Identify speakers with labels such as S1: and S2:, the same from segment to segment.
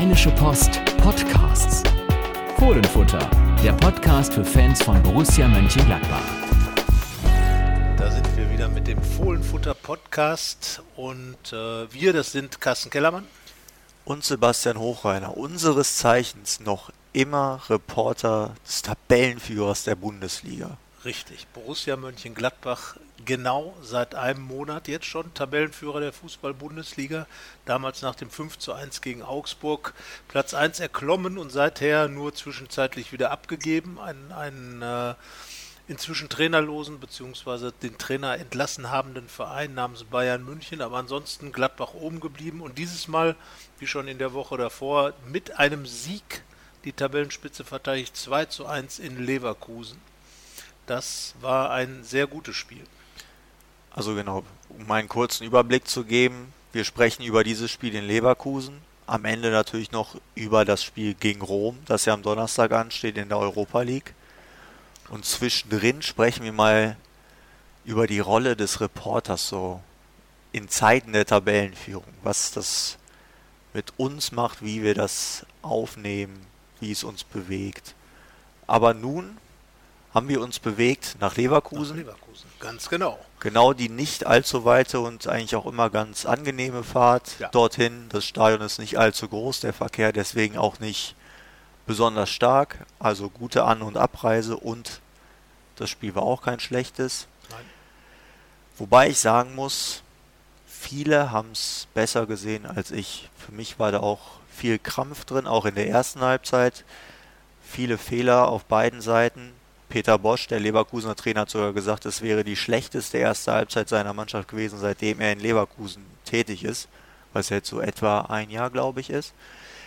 S1: Rheinische Post Podcasts. Fohlenfutter, der Podcast für Fans von Borussia Mönchengladbach.
S2: Da sind wir wieder mit dem Fohlenfutter Podcast und wir, das sind Carsten Kellermann
S3: und Sebastian Hochreiner, unseres Zeichens noch immer Reporter des Tabellenführers der Bundesliga.
S2: Richtig, Borussia Mönchengladbach genau seit einem Monat jetzt schon Tabellenführer der Fußball-Bundesliga. Damals nach dem 5:1 gegen Augsburg Platz 1 erklommen und seither nur zwischenzeitlich wieder abgegeben. Einen inzwischen trainerlosen bzw. den Trainer entlassen habenden Verein namens Bayern München, aber ansonsten Gladbach oben geblieben und dieses Mal, wie schon in der Woche davor, mit einem Sieg die Tabellenspitze verteidigt 2:1 in Leverkusen. Das war ein sehr gutes Spiel.
S3: Also genau, um einen kurzen Überblick zu geben, wir sprechen über dieses Spiel in Leverkusen, am Ende natürlich noch über das Spiel gegen Rom, das ja am Donnerstag ansteht in der Europa League. Und zwischendrin sprechen wir mal über die Rolle des Reporters so in Zeiten der Tabellenführung, was das mit uns macht, wie wir das aufnehmen, wie es uns bewegt. Aber nun haben wir uns bewegt nach Leverkusen.
S2: Nach Leverkusen, ganz genau.
S3: Genau die nicht allzu weite und eigentlich auch immer ganz angenehme Fahrt dorthin. Das Stadion ist nicht allzu groß, der Verkehr deswegen auch nicht besonders stark. Also gute An- und Abreise und das Spiel war auch kein schlechtes.
S2: Nein.
S3: Wobei ich sagen muss, viele haben es besser gesehen als ich. Für mich war da auch viel Krampf drin, auch in der ersten Halbzeit. Viele Fehler auf beiden Seiten. Peter Bosz, der Leverkusener Trainer, hat sogar gesagt, es wäre die schlechteste erste Halbzeit seiner Mannschaft gewesen, seitdem er in Leverkusen tätig ist, was jetzt so etwa ein Jahr, glaube ich, ist.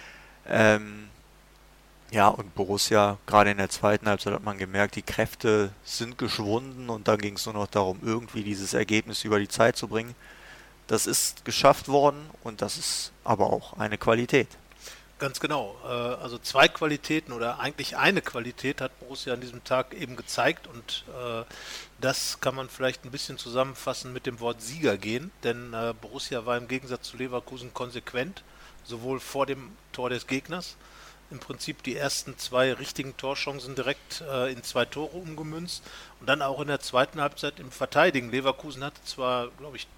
S3: Und Borussia, gerade in der zweiten Halbzeit hat man gemerkt, die Kräfte sind geschwunden und dann ging es nur noch darum, irgendwie dieses Ergebnis über die Zeit zu bringen. Das ist geschafft worden und das ist aber auch eine Qualität.
S2: Ganz genau. Also zwei Qualitäten oder eigentlich eine Qualität hat Borussia an diesem Tag eben gezeigt und das kann man vielleicht ein bisschen zusammenfassen mit dem Wort Sieger gehen, denn Borussia war im Gegensatz zu Leverkusen konsequent, sowohl vor dem Tor des Gegners, im Prinzip die ersten zwei richtigen Torchancen direkt in 2 Tore umgemünzt und dann auch in der zweiten Halbzeit im Verteidigen. Leverkusen hatte zwar, glaube ich,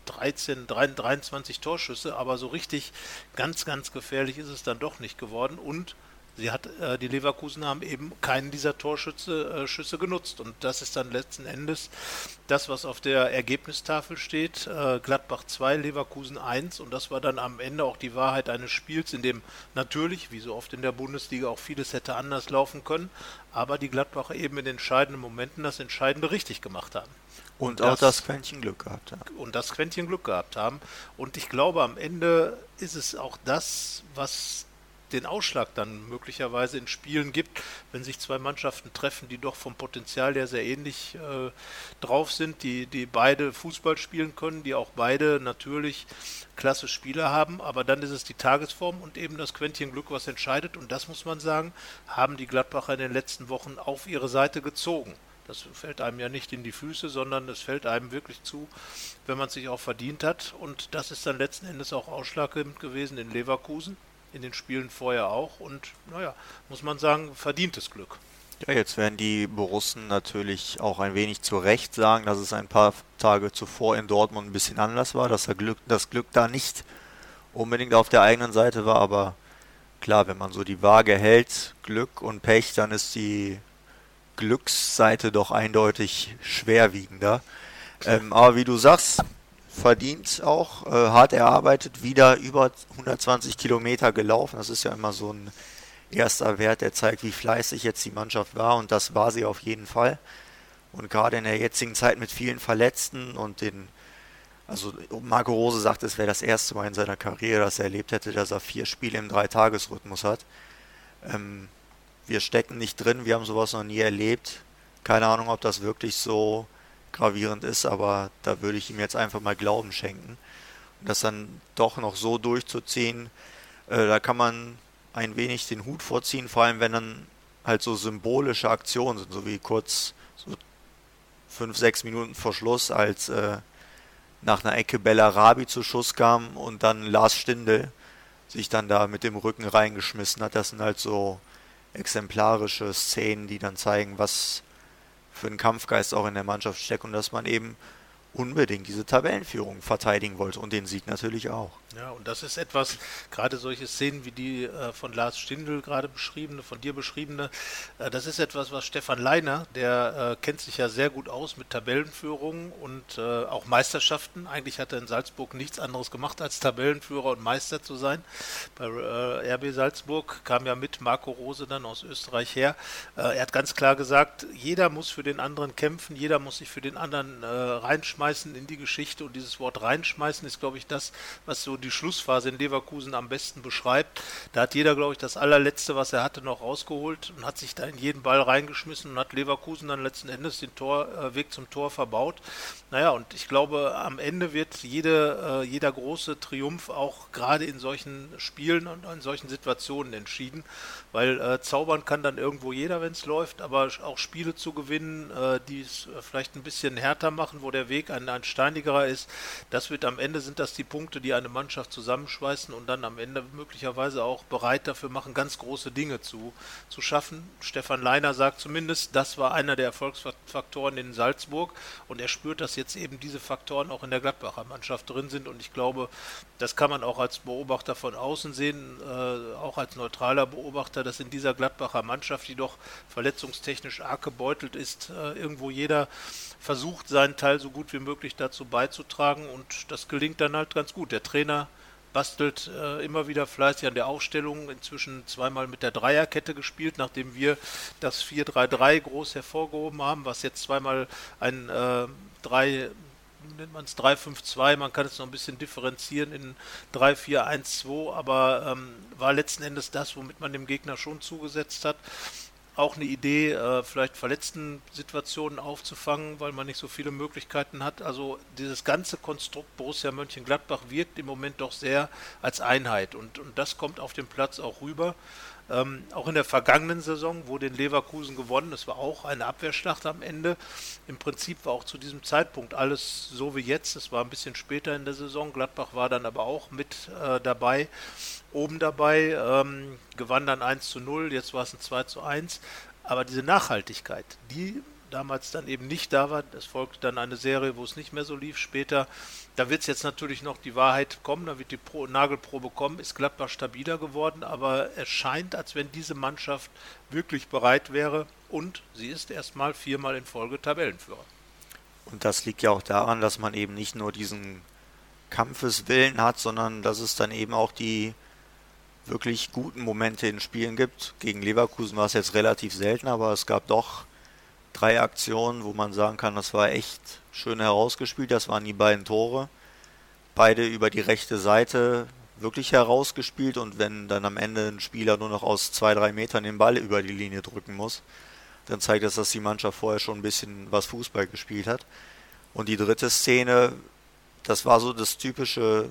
S2: 23 Torschüsse, aber so richtig ganz, ganz gefährlich ist es dann doch nicht geworden und die Leverkusen haben eben keinen dieser Torschüsse genutzt und das ist dann letzten Endes das, was auf der Ergebnistafel steht. Gladbach 2, Leverkusen 1 und das war dann am Ende auch die Wahrheit eines Spiels, in dem natürlich, wie so oft in der Bundesliga, auch vieles hätte anders laufen können, aber die Gladbacher eben in entscheidenden Momenten das Entscheidende richtig gemacht haben.
S3: Und auch das Quäntchen Glück gehabt haben.
S2: Und das Quäntchen Glück gehabt haben. Und ich glaube, am Ende ist es auch das, was den Ausschlag dann möglicherweise in Spielen gibt, wenn sich zwei Mannschaften treffen, die doch vom Potenzial her sehr ähnlich drauf sind, die beide Fußball spielen können, die auch beide natürlich klasse Spieler haben, aber dann ist es die Tagesform und eben das Quäntchen Glück, was entscheidet und das muss man sagen, haben die Gladbacher in den letzten Wochen auf ihre Seite gezogen. Das fällt einem ja nicht in die Füße, sondern es fällt einem wirklich zu, wenn man es sich auch verdient hat und das ist dann letzten Endes auch ausschlaggebend gewesen in Leverkusen. In den Spielen vorher auch und muss man sagen, verdientes Glück.
S3: Ja, jetzt werden die Borussen natürlich auch ein wenig zu Recht sagen, dass es ein paar Tage zuvor in Dortmund ein bisschen anders war, dass das Glück da nicht unbedingt auf der eigenen Seite war, aber klar, wenn man so die Waage hält, Glück und Pech, dann ist die Glücksseite doch eindeutig schwerwiegender. Aber wie du sagst, verdient auch, hart erarbeitet, wieder über 120 Kilometer gelaufen. Das ist ja immer so ein erster Wert, der zeigt, wie fleißig jetzt die Mannschaft war und das war sie auf jeden Fall. Und gerade in der jetzigen Zeit mit vielen Verletzten und Marco Rose sagt, es wäre das erste Mal in seiner Karriere, dass er erlebt hätte, dass er 4 Spiele im 3-Tages-Rhythmus hat. Wir stecken nicht drin, wir haben sowas noch nie erlebt. Keine Ahnung, ob das wirklich so gravierend ist, aber da würde ich ihm jetzt einfach mal Glauben schenken. Und das dann doch noch so durchzuziehen, da kann man ein wenig den Hut vorziehen, vor allem wenn dann halt so symbolische Aktionen sind, so wie kurz so 5-6 Minuten vor Schluss, als nach einer Ecke Bellarabi zu Schuss kam und dann Lars Stindl sich dann da mit dem Rücken reingeschmissen hat. Das sind halt so exemplarische Szenen, die dann zeigen, was für ein Kampfgeist auch in der Mannschaft steckt und dass man eben unbedingt diese Tabellenführung verteidigen wollte und den Sieg natürlich auch.
S2: Ja, und das ist etwas, gerade solche Szenen wie die von Lars Stindl gerade beschriebene, von dir beschriebene, das ist etwas, was Stefan Leiner, der kennt sich ja sehr gut aus mit Tabellenführungen und auch Meisterschaften. Eigentlich hat er in Salzburg nichts anderes gemacht, als Tabellenführer und Meister zu sein. Bei RB Salzburg kam ja mit Marco Rose dann aus Österreich her. Er hat ganz klar gesagt, jeder muss für den anderen kämpfen, jeder muss sich für den anderen reinschmeißen in die Geschichte und dieses Wort reinschmeißen ist, glaube ich, das, was so die Schlussphase in Leverkusen am besten beschreibt. Da hat jeder, glaube ich, das allerletzte, was er hatte, noch rausgeholt und hat sich da in jeden Ball reingeschmissen und hat Leverkusen dann letzten Endes den Weg zum Tor verbaut. Naja, und ich glaube, am Ende wird jeder große Triumph auch gerade in solchen Spielen und in solchen Situationen entschieden, weil zaubern kann dann irgendwo jeder, wenn es läuft, aber auch Spiele zu gewinnen, die es vielleicht ein bisschen härter machen, wo der Weg ein steinigerer ist, das wird am Ende, sind das die Punkte, die eine Mannschaft zusammenschweißen und dann am Ende möglicherweise auch bereit dafür machen, ganz große Dinge zu schaffen. Stefan Leiner sagt zumindest, das war einer der Erfolgsfaktoren in Salzburg und er spürt, dass jetzt eben diese Faktoren auch in der Gladbacher Mannschaft drin sind und ich glaube, das kann man auch als Beobachter von außen sehen, auch als neutraler Beobachter, dass in dieser Gladbacher Mannschaft, die doch verletzungstechnisch arg gebeutelt ist, irgendwo jeder versucht, seinen Teil so gut wie möglich dazu beizutragen und das gelingt dann halt ganz gut. Der Trainer bastelt immer wieder fleißig an der Aufstellung, inzwischen zweimal mit der Dreierkette gespielt, nachdem wir das 4-3-3 groß hervorgehoben haben, was jetzt zweimal ein 3-5-2, man kann es noch ein bisschen differenzieren in 3-4-1-2, aber war letzten Endes das, womit man dem Gegner schon zugesetzt hat. Auch eine Idee, vielleicht verletzten Situationen aufzufangen, weil man nicht so viele Möglichkeiten hat. Also dieses ganze Konstrukt Borussia Mönchengladbach wirkt im Moment doch sehr als Einheit und das kommt auf dem Platz auch rüber. Auch in der vergangenen Saison wurde in Leverkusen gewonnen. Es war auch eine Abwehrschlacht am Ende. Im Prinzip war auch zu diesem Zeitpunkt alles so wie jetzt. Es war ein bisschen später in der Saison. Gladbach war dann aber auch mit dabei, oben dabei, gewann dann 1-0. Jetzt war es ein 2-1. Aber diese Nachhaltigkeit, die damals dann eben nicht da war, es folgte dann eine Serie, wo es nicht mehr so lief später. Da wird es jetzt natürlich noch die Wahrheit kommen, da wird die Nagelprobe kommen, ist Gladbach stabiler geworden, aber es scheint, als wenn diese Mannschaft wirklich bereit wäre und sie ist erstmal 4-mal in Folge Tabellenführer.
S3: Und das liegt ja auch daran, dass man eben nicht nur diesen Kampfeswillen hat, sondern dass es dann eben auch die wirklich guten Momente in Spielen gibt. Gegen Leverkusen war es jetzt relativ selten, aber es gab doch 3 Aktionen, wo man sagen kann, das war echt schön herausgespielt. Das waren die beiden Tore. Beide über die rechte Seite wirklich herausgespielt und wenn dann am Ende ein Spieler nur noch aus 2-3 Metern den Ball über die Linie drücken muss, dann zeigt das, dass die Mannschaft vorher schon ein bisschen was Fußball gespielt hat. Und die dritte Szene, das war so das typische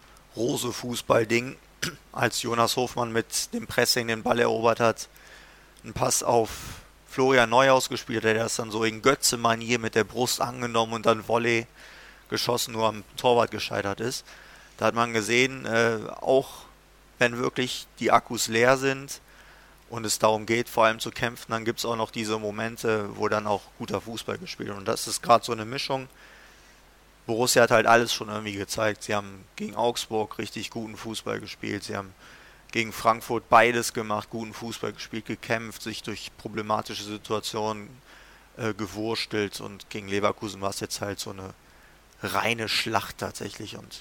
S3: Rose-Fußball-Ding, als Jonas Hofmann mit dem Pressing den Ball erobert hat, einen Pass auf Florian Neuhaus gespielt, der das dann so in Götze-Manier mit der Brust angenommen und dann Volley geschossen, nur am Torwart gescheitert ist. Da hat man gesehen, auch wenn wirklich die Akkus leer sind und es darum geht, vor allem zu kämpfen, dann gibt es auch noch diese Momente, wo dann auch guter Fußball gespielt wird. Und das ist gerade so eine Mischung. Borussia hat halt alles schon irgendwie gezeigt. Sie haben gegen Augsburg richtig guten Fußball gespielt. Sie haben gegen Frankfurt beides gemacht, guten Fußball gespielt, gekämpft, sich durch problematische Situationen gewurstelt und gegen Leverkusen war es jetzt halt so eine reine Schlacht tatsächlich und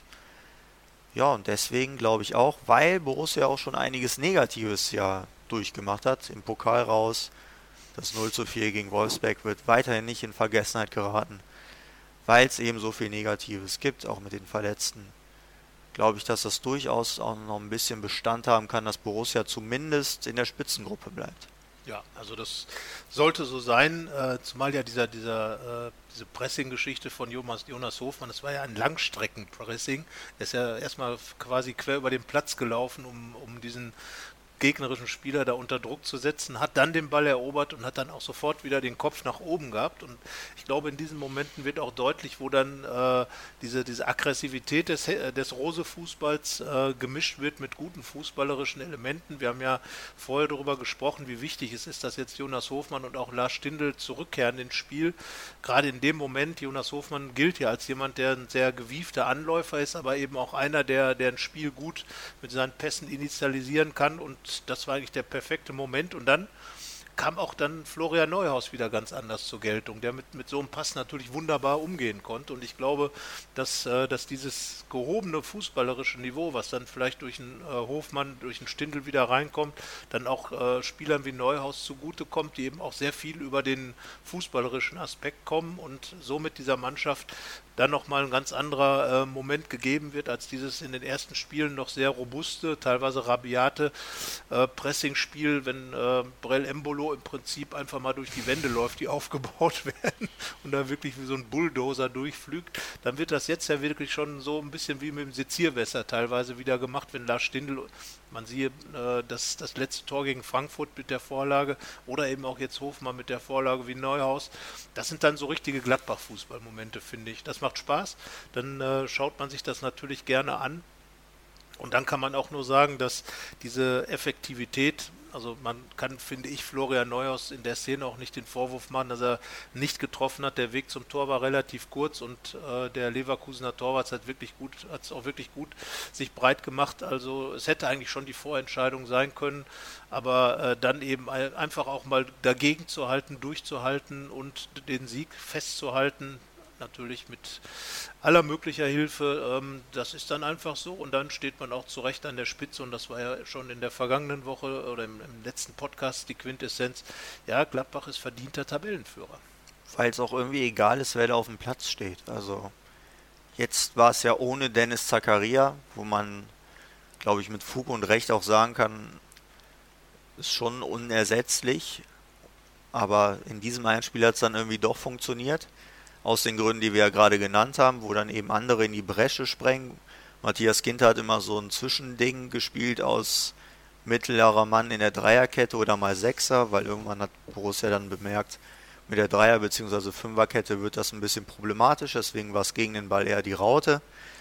S3: ja, und deswegen glaube ich auch, weil Borussia auch schon einiges Negatives ja durchgemacht hat, im Pokal raus, das 0-4 gegen Wolfsberg wird weiterhin nicht in Vergessenheit geraten, weil es eben so viel Negatives gibt, auch mit den Verletzten. Glaube ich, dass das durchaus auch noch ein bisschen Bestand haben kann, dass Borussia zumindest in der Spitzengruppe bleibt.
S2: Ja, also das sollte so sein, zumal ja diese Pressing-Geschichte von Jonas Hofmann, das war ja ein Langstrecken-Pressing, der ist ja erstmal quasi quer über den Platz gelaufen, um diesen gegnerischen Spieler da unter Druck zu setzen, hat dann den Ball erobert und hat dann auch sofort wieder den Kopf nach oben gehabt. Und ich glaube, in diesen Momenten wird auch deutlich, wo dann diese Aggressivität des Rose-Fußballs gemischt wird mit guten fußballerischen Elementen. Wir haben ja vorher darüber gesprochen, wie wichtig es ist, dass jetzt Jonas Hofmann und auch Lars Stindl zurückkehren ins Spiel. Gerade in dem Moment, Jonas Hofmann gilt ja als jemand, der ein sehr gewiefter Anläufer ist, aber eben auch einer, der ein Spiel gut mit seinen Pässen initialisieren kann, und das war eigentlich der perfekte Moment. Und dann kam auch dann Florian Neuhaus wieder ganz anders zur Geltung, der mit so einem Pass natürlich wunderbar umgehen konnte. Und ich glaube, dass dieses gehobene fußballerische Niveau, was dann vielleicht durch einen Hofmann, durch einen Stindl wieder reinkommt, dann auch Spielern wie Neuhaus zugutekommt, die eben auch sehr viel über den fußballerischen Aspekt kommen und somit dieser Mannschaft dann nochmal ein ganz anderer Moment gegeben wird, als dieses in den ersten Spielen noch sehr robuste, teilweise rabiate Pressingspiel, wenn Brel Embolo im Prinzip einfach mal durch die Wände läuft, die aufgebaut werden und da wirklich wie so ein Bulldozer durchflügt, dann wird das jetzt ja wirklich schon so ein bisschen wie mit dem Sezierwässer teilweise wieder gemacht, wenn Lars Stindl, man sieht das letzte Tor gegen Frankfurt mit der Vorlage oder eben auch jetzt Hofmann mit der Vorlage wie Neuhaus, das sind dann so richtige Gladbach-Fußballmomente, finde ich. Das macht Spaß, dann schaut man sich das natürlich gerne an. Und dann kann man auch nur sagen, dass diese Effektivität, also man kann, finde ich, Florian Neuhaus in der Szene auch nicht den Vorwurf machen, dass er nicht getroffen hat. Der Weg zum Tor war relativ kurz und der Leverkusener Torwart hat es auch wirklich gut sich breit gemacht. Also es hätte eigentlich schon die Vorentscheidung sein können, aber dann eben einfach auch mal dagegen zu halten, durchzuhalten und den Sieg festzuhalten, natürlich mit aller möglicher Hilfe, das ist dann einfach so und dann steht man auch zu Recht an der Spitze und das war ja schon in der vergangenen Woche oder im letzten Podcast die Quintessenz, ja, Gladbach ist verdienter Tabellenführer.
S3: Weil es auch irgendwie egal ist, wer da auf dem Platz steht. Also jetzt war es ja ohne Dennis Zakaria, wo man, glaube ich, mit Fug und Recht auch sagen kann, ist schon unersetzlich, aber in diesem einen Spiel hat es dann irgendwie doch funktioniert. Aus den Gründen, die wir ja gerade genannt haben, wo dann eben andere in die Bresche sprengen. Matthias Ginter hat immer so ein Zwischending gespielt aus mittlerer Mann in der Dreierkette oder mal Sechser, weil irgendwann hat Borussia dann bemerkt, mit der Dreier- bzw. Fünferkette wird das ein bisschen problematisch, deswegen war es gegen den Ball eher die Raute.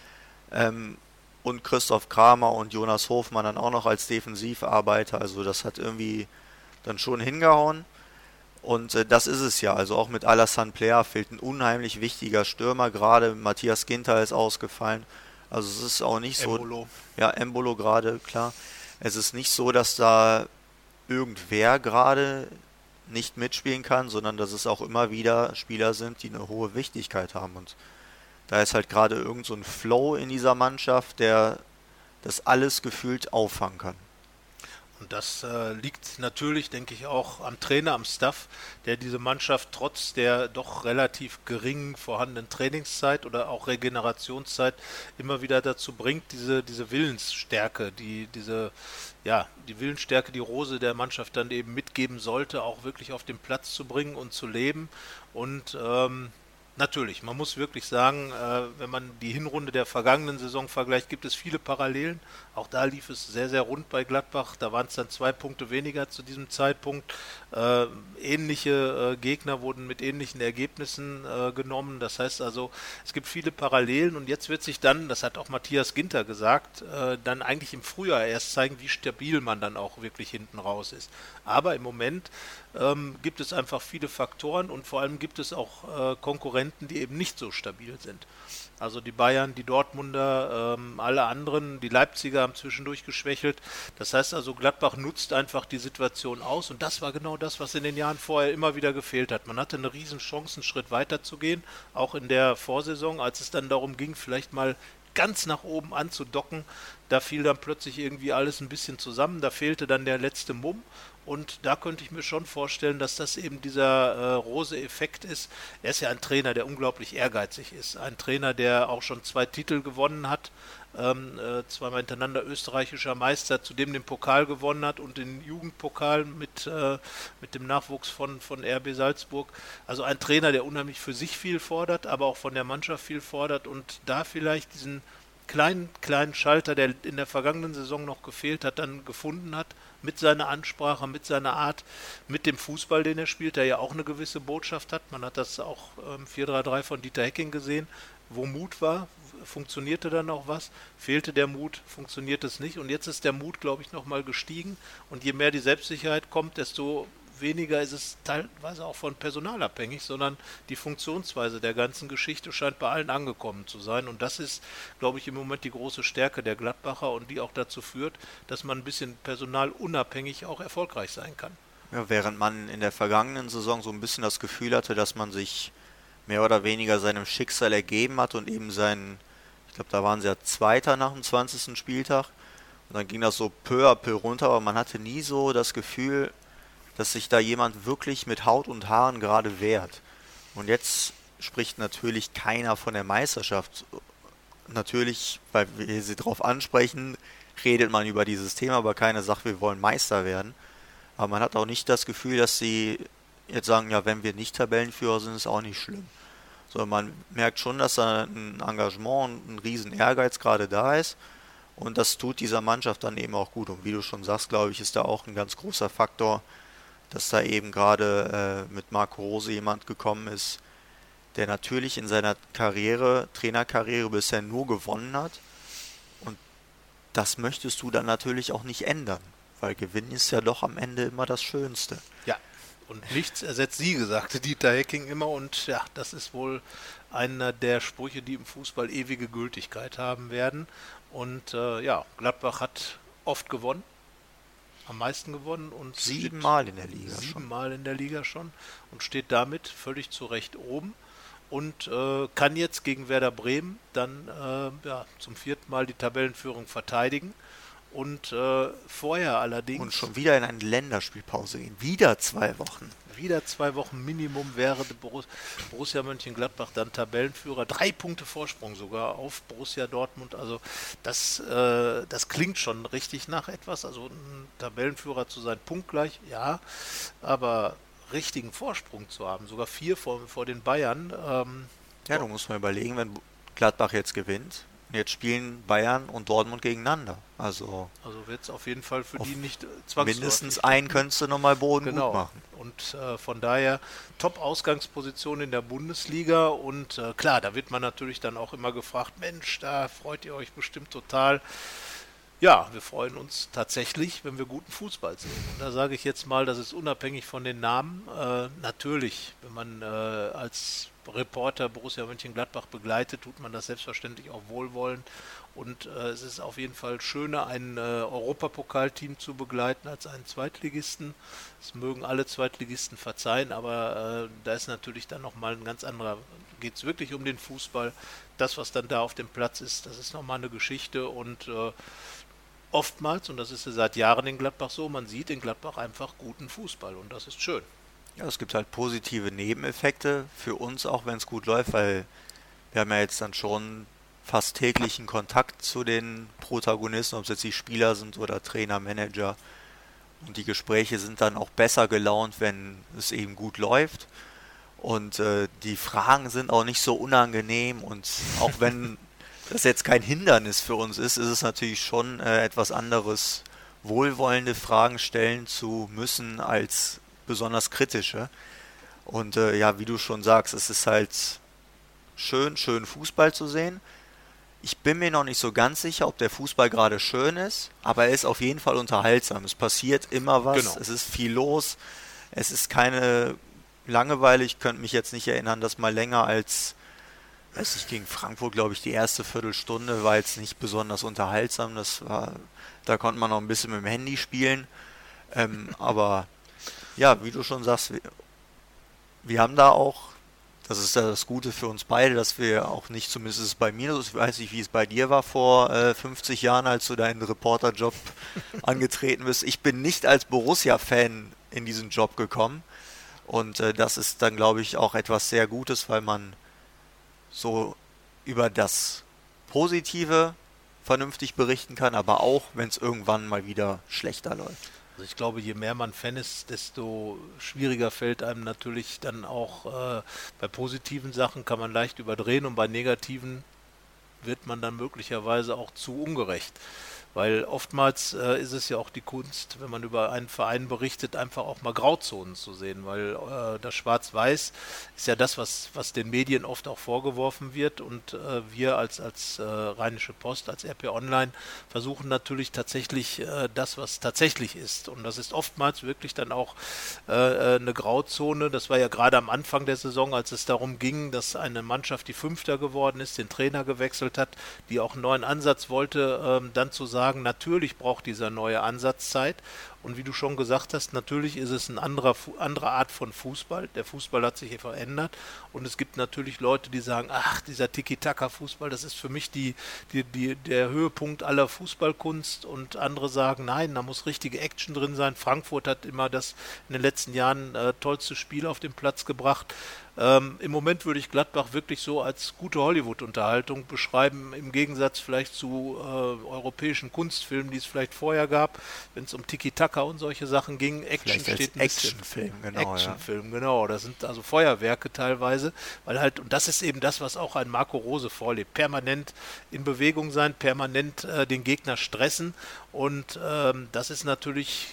S3: Und Christoph Kramer und Jonas Hofmann dann auch noch als Defensivarbeiter, also das hat irgendwie dann schon hingehauen. Und das ist es ja, also auch mit Alassane Plea fehlt ein unheimlich wichtiger Stürmer, gerade Matthias Ginter ist ausgefallen, also es ist auch nicht so...
S2: Embolo.
S3: Ja, Embolo gerade, klar. Es ist nicht so, dass da irgendwer gerade nicht mitspielen kann, sondern dass es auch immer wieder Spieler sind, die eine hohe Wichtigkeit haben. Und da ist halt gerade irgend so ein Flow in dieser Mannschaft, der das alles gefühlt auffangen kann.
S2: Und das liegt natürlich, denke ich, auch am Trainer, am Staff, der diese Mannschaft trotz der doch relativ geringen vorhandenen Trainingszeit oder auch Regenerationszeit immer wieder dazu bringt, diese Willensstärke, die Willensstärke, die Rose der Mannschaft dann eben mitgeben sollte, auch wirklich auf den Platz zu bringen und zu leben. Und natürlich, man muss wirklich sagen, wenn man die Hinrunde der vergangenen Saison vergleicht, gibt es viele Parallelen. Auch da lief es sehr, sehr rund bei Gladbach. Da waren es dann 2 Punkte weniger zu diesem Zeitpunkt. Ähnliche Gegner wurden mit ähnlichen Ergebnissen genommen. Das heißt also, es gibt viele Parallelen und jetzt wird sich dann, das hat auch Matthias Ginter gesagt, dann eigentlich im Frühjahr erst zeigen, wie stabil man dann auch wirklich hinten raus ist. Aber im Moment gibt es einfach viele Faktoren und vor allem gibt es auch Konkurrenten, die eben nicht so stabil sind. Also die Bayern, die Dortmunder, alle anderen, die Leipziger haben zwischendurch geschwächelt. Das heißt also, Gladbach nutzt einfach die Situation aus und das war genau das, was in den Jahren vorher immer wieder gefehlt hat. Man hatte eine riesen Chance, einen Schritt weiter zu gehen, auch in der Vorsaison, als es dann darum ging, vielleicht mal ganz nach oben anzudocken. Da fiel dann plötzlich irgendwie alles ein bisschen zusammen, da fehlte dann der letzte Mumm. Und da könnte ich mir schon vorstellen, dass das eben dieser Rose-Effekt ist. Er ist ja ein Trainer, der unglaublich ehrgeizig ist. Ein Trainer, der auch schon 2 Titel gewonnen hat, zweimal hintereinander österreichischer Meister, zudem den Pokal gewonnen hat und den Jugendpokal mit dem Nachwuchs von RB Salzburg. Also ein Trainer, der unheimlich für sich viel fordert, aber auch von der Mannschaft viel fordert und da vielleicht diesen kleinen Schalter, der in der vergangenen Saison noch gefehlt hat, dann gefunden hat, mit seiner Ansprache, mit seiner Art, mit dem Fußball, den er spielt, der ja auch eine gewisse Botschaft hat. Man hat das auch im 4-3-3 von Dieter Hecking gesehen, wo Mut war, funktionierte dann auch was, fehlte der Mut, funktioniert es nicht. Und jetzt ist der Mut, glaube ich, nochmal gestiegen. Und je mehr die Selbstsicherheit kommt, desto weniger ist es teilweise auch von Personal abhängig, sondern die Funktionsweise der ganzen Geschichte scheint bei allen angekommen zu sein. Und das ist, glaube ich, im Moment die große Stärke der Gladbacher und die auch dazu führt, dass man ein bisschen personalunabhängig auch erfolgreich sein kann.
S3: Ja, während man in der vergangenen Saison so ein bisschen das Gefühl hatte, dass man sich mehr oder weniger seinem Schicksal ergeben hat und eben ich glaube, da waren sie ja Zweiter nach dem 20. Spieltag und dann ging das so peu à peu runter, aber man hatte nie so das Gefühl, dass sich da jemand wirklich mit Haut und Haaren gerade wehrt. Und jetzt spricht natürlich keiner von der Meisterschaft. Natürlich, weil wir sie drauf ansprechen, redet man über dieses Thema, aber keiner sagt, wir wollen Meister werden. Aber man hat auch nicht das Gefühl, dass sie jetzt sagen, ja, wenn wir nicht Tabellenführer sind, ist auch nicht schlimm. Sondern man merkt schon, dass da ein Engagement und ein riesen Ehrgeiz gerade da ist. Und das tut dieser Mannschaft dann eben auch gut. Und wie du schon sagst, glaube ich, ist da auch ein ganz großer Faktor, dass da eben gerade mit Marco Rose jemand gekommen ist, der natürlich in seiner Trainerkarriere bisher nur gewonnen hat. Und das möchtest du dann natürlich auch nicht ändern, weil Gewinnen ist ja doch am Ende immer das Schönste.
S2: Ja, und nichts ersetzt Siege, sagte Dieter Hecking immer. Und ja, das ist wohl einer der Sprüche, die im Fußball ewige Gültigkeit haben werden. Und ja, Gladbach hat oft gewonnen. Am meisten gewonnen und
S3: 7-mal in der Liga.
S2: 7-mal in der Liga schon und steht damit völlig zu Recht oben und kann jetzt gegen Werder Bremen dann zum 4. Mal die Tabellenführung verteidigen und vorher allerdings...
S3: Und schon wieder in eine Länderspielpause gehen. Wieder 2 Wochen.
S2: Wieder 2 Wochen Minimum wäre Borussia Mönchengladbach dann Tabellenführer. 3 Punkte Vorsprung sogar auf Borussia Dortmund. Also das klingt schon richtig nach etwas. Also ein Tabellenführer zu sein, punktgleich, ja. Aber richtigen Vorsprung zu haben, sogar 4 vor den Bayern.
S3: Ja, du musst mal überlegen, wenn Gladbach jetzt gewinnt. Jetzt spielen Bayern und Dortmund gegeneinander. Also
S2: wird es auf jeden Fall für die nicht zwangsläufig.
S3: Mindestens einen könntest du nochmal Boden gut machen.
S2: Und von daher Top-Ausgangsposition in der Bundesliga. Und klar, da wird man natürlich dann auch immer gefragt, Mensch, da freut ihr euch bestimmt total. Ja, wir freuen uns tatsächlich, wenn wir guten Fußball sehen. Und da sage ich jetzt mal, das ist unabhängig von den Namen. Natürlich, wenn man als Reporter Borussia Mönchengladbach begleitet, tut man das selbstverständlich auch wohlwollend. Und es ist auf jeden Fall schöner, ein Europapokalteam zu begleiten als einen Zweitligisten. Das mögen alle Zweitligisten verzeihen, aber da ist natürlich dann nochmal ein ganz anderer, geht es wirklich um den Fußball. Das, was dann da auf dem Platz ist, das ist nochmal eine Geschichte und oftmals, und das ist ja seit Jahren in Gladbach so, man sieht in Gladbach einfach guten Fußball und das ist schön.
S3: Ja, es gibt halt positive Nebeneffekte für uns, auch wenn es gut läuft, weil wir haben ja jetzt dann schon fast täglichen Kontakt zu den Protagonisten, ob es jetzt die Spieler sind oder Trainer, Manager. Und die Gespräche sind dann auch besser gelaunt, wenn es eben gut läuft. Und die Fragen sind auch nicht so unangenehm und auch wenn das jetzt kein Hindernis für uns ist es natürlich schon etwas anderes, wohlwollende Fragen stellen zu müssen als besonders kritische. Und ja, wie du schon sagst, es ist halt schön Fußball zu sehen. Ich bin mir noch nicht so ganz sicher, ob der Fußball gerade schön ist, aber er ist auf jeden Fall unterhaltsam. Es passiert immer was, genau. Es ist viel los, es ist keine Langeweile. Ich könnte mich jetzt nicht erinnern, dass mal länger als, weiß ich, gegen Frankfurt, glaube ich, die erste Viertelstunde war jetzt nicht besonders unterhaltsam. Da konnte man noch ein bisschen mit dem Handy spielen. Aber ja, wie du schon sagst, wir haben da auch, das ist ja das Gute für uns beide, dass wir auch nicht, zumindest ist es bei mir, ich weiß nicht, wie es bei dir war vor 50 Jahren, als du deinen Reporterjob angetreten bist. Ich bin nicht als Borussia-Fan in diesen Job gekommen und das ist dann, glaube ich, auch etwas sehr Gutes, weil man so über das Positive vernünftig berichten kann, aber auch, wenn es irgendwann mal wieder schlechter läuft.
S2: Also ich glaube, je mehr man Fan ist, desto schwieriger fällt einem natürlich dann auch bei positiven Sachen kann man leicht überdrehen und bei negativen wird man dann möglicherweise auch zu ungerecht. Weil oftmals ist es ja auch die Kunst, wenn man über einen Verein berichtet, einfach auch mal Grauzonen zu sehen, weil das Schwarz-Weiß ist ja das, was den Medien oft auch vorgeworfen wird, und wir als Rheinische Post, als RP Online versuchen natürlich tatsächlich das, was tatsächlich ist, und das ist oftmals wirklich dann auch eine Grauzone. Das war ja gerade am Anfang der Saison, als es darum ging, dass eine Mannschaft, die Fünfter geworden ist, den Trainer gewechselt hat, die auch einen neuen Ansatz wollte, dann zu sagen, natürlich braucht dieser neue Ansatz Zeit. Und wie du schon gesagt hast, natürlich ist es eine andere Art von Fußball. Der Fußball hat sich hier verändert. Und es gibt natürlich Leute, die sagen, ach, dieser Tiki-Taka-Fußball, das ist für mich der Höhepunkt aller Fußballkunst. Und andere sagen, nein, da muss richtige Action drin sein. Frankfurt hat immer das in den letzten Jahren tollste Spiel auf den Platz gebracht. Im Moment würde ich Gladbach wirklich so als gute Hollywood-Unterhaltung beschreiben, im Gegensatz vielleicht zu europäischen Kunstfilmen, die es vielleicht vorher gab, wenn es um Tiki-Taka und solche Sachen ging. Action steht ein bisschen.
S3: Actionfilm, genau.
S2: Actionfilm, genau. Das sind also Feuerwerke teilweise, weil halt, und das ist eben das, was auch ein Marco Rose vorlebt, permanent in Bewegung sein, permanent den Gegner stressen, und das ist natürlich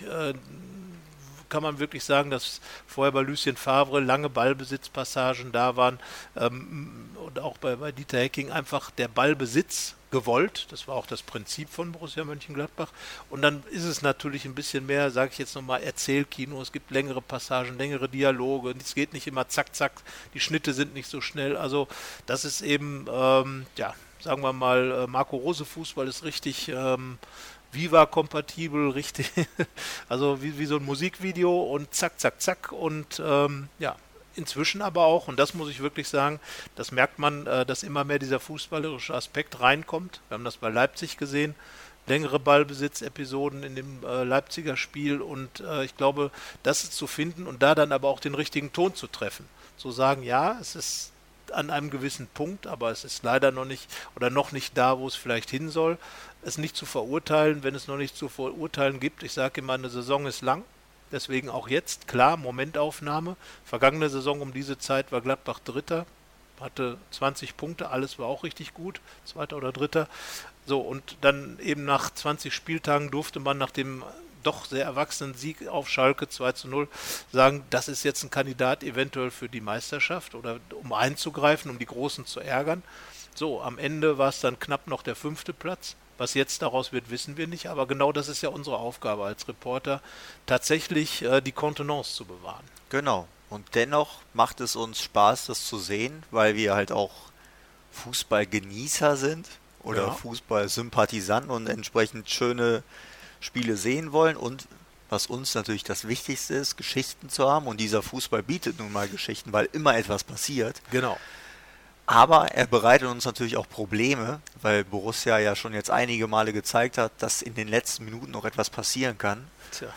S2: kann man wirklich sagen, dass vorher bei Lucien Favre lange Ballbesitzpassagen da waren, und auch bei Dieter Hecking einfach der Ballbesitz gewollt. Das war auch das Prinzip von Borussia Mönchengladbach. Und dann ist es natürlich ein bisschen mehr, sage ich jetzt nochmal, Erzählkino. Es gibt längere Passagen, längere Dialoge. Es geht nicht immer zack, zack. Die Schnitte sind nicht so schnell. Also das ist eben, sagen wir mal, Marco Rose Fußball ist richtig Viva-kompatibel, richtig, also wie so ein Musikvideo, und zack, zack, zack, und inzwischen aber auch, und das muss ich wirklich sagen, das merkt man, dass immer mehr dieser fußballerische Aspekt reinkommt. Wir haben das bei Leipzig gesehen, längere Ballbesitz-Episoden in dem Leipziger Spiel, und ich glaube, das ist zu finden und da dann aber auch den richtigen Ton zu treffen. Zu sagen, ja, es ist an einem gewissen Punkt, aber es ist leider noch nicht oder noch nicht da, wo es vielleicht hin soll. Es nicht zu verurteilen, wenn es noch nicht zu verurteilen gibt. Ich sage immer, eine Saison ist lang, deswegen auch jetzt, klar, Momentaufnahme. Vergangene Saison um diese Zeit war Gladbach Dritter, hatte 20 Punkte, alles war auch richtig gut, Zweiter oder Dritter. So, und dann eben nach 20 Spieltagen durfte man nach dem doch sehr erwachsenen Sieg auf Schalke 2:0 sagen, das ist jetzt ein Kandidat eventuell für die Meisterschaft oder um einzugreifen, um die Großen zu ärgern. So, am Ende war es dann knapp noch der 5. Platz. Was jetzt daraus wird, wissen wir nicht, aber genau das ist ja unsere Aufgabe als Reporter, tatsächlich die Kontenance zu bewahren.
S3: Genau. Und dennoch macht es uns Spaß, das zu sehen, weil wir halt auch Fußballgenießer sind oder Fußballsympathisanten und entsprechend schöne Spiele sehen wollen, und was uns natürlich das Wichtigste ist, Geschichten zu haben, und dieser Fußball bietet nun mal Geschichten, weil immer etwas passiert.
S2: Genau.
S3: Aber er bereitet uns natürlich auch Probleme, weil Borussia ja schon jetzt einige Male gezeigt hat, dass in den letzten Minuten noch etwas passieren kann.
S2: Tja,